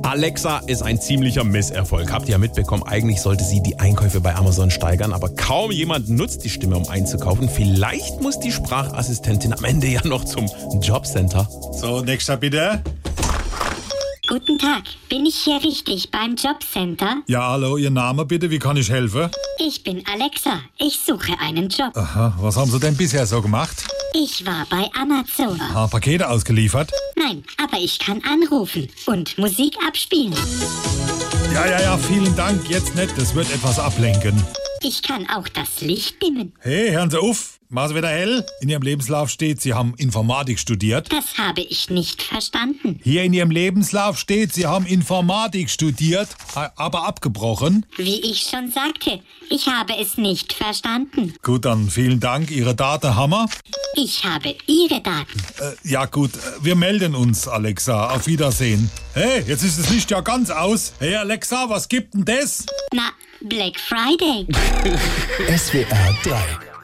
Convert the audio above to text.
Alexa ist ein ziemlicher Misserfolg. Habt ihr ja mitbekommen, eigentlich sollte sie die Einkäufe bei Amazon steigern, aber kaum jemand nutzt die Stimme, um einzukaufen. Vielleicht muss die Sprachassistentin am Ende ja noch zum Jobcenter. So, nächster bitte. Guten Tag, bin ich hier richtig beim Jobcenter? Ja, hallo, Ihr Name bitte, wie kann ich helfen? Ich bin Alexa, ich suche einen Job. Aha, was haben Sie denn bisher so gemacht? Ich war bei Amazon. Aha, Pakete ausgeliefert? Nein, aber ich kann anrufen und Musik abspielen. Ja, vielen Dank, jetzt nicht, das wird etwas ablenken. Ich kann auch das Licht dimmen. Hey, hören Sie auf, machen Sie wieder hell. In Ihrem Lebenslauf steht, Sie haben Informatik studiert. Das habe ich nicht verstanden. Hier in Ihrem Lebenslauf steht, Sie haben Informatik studiert, aber abgebrochen. Wie ich schon sagte, ich habe es nicht verstanden. Gut, dann vielen Dank, Ihre Daten haben wir. Ich habe Ihre Daten. Ja gut, wir melden uns, Alexa. Auf Wiedersehen. Hey, jetzt ist das Licht ja ganz aus. Hey Alexa, was gibt denn das? Na, Black Friday. SWR 3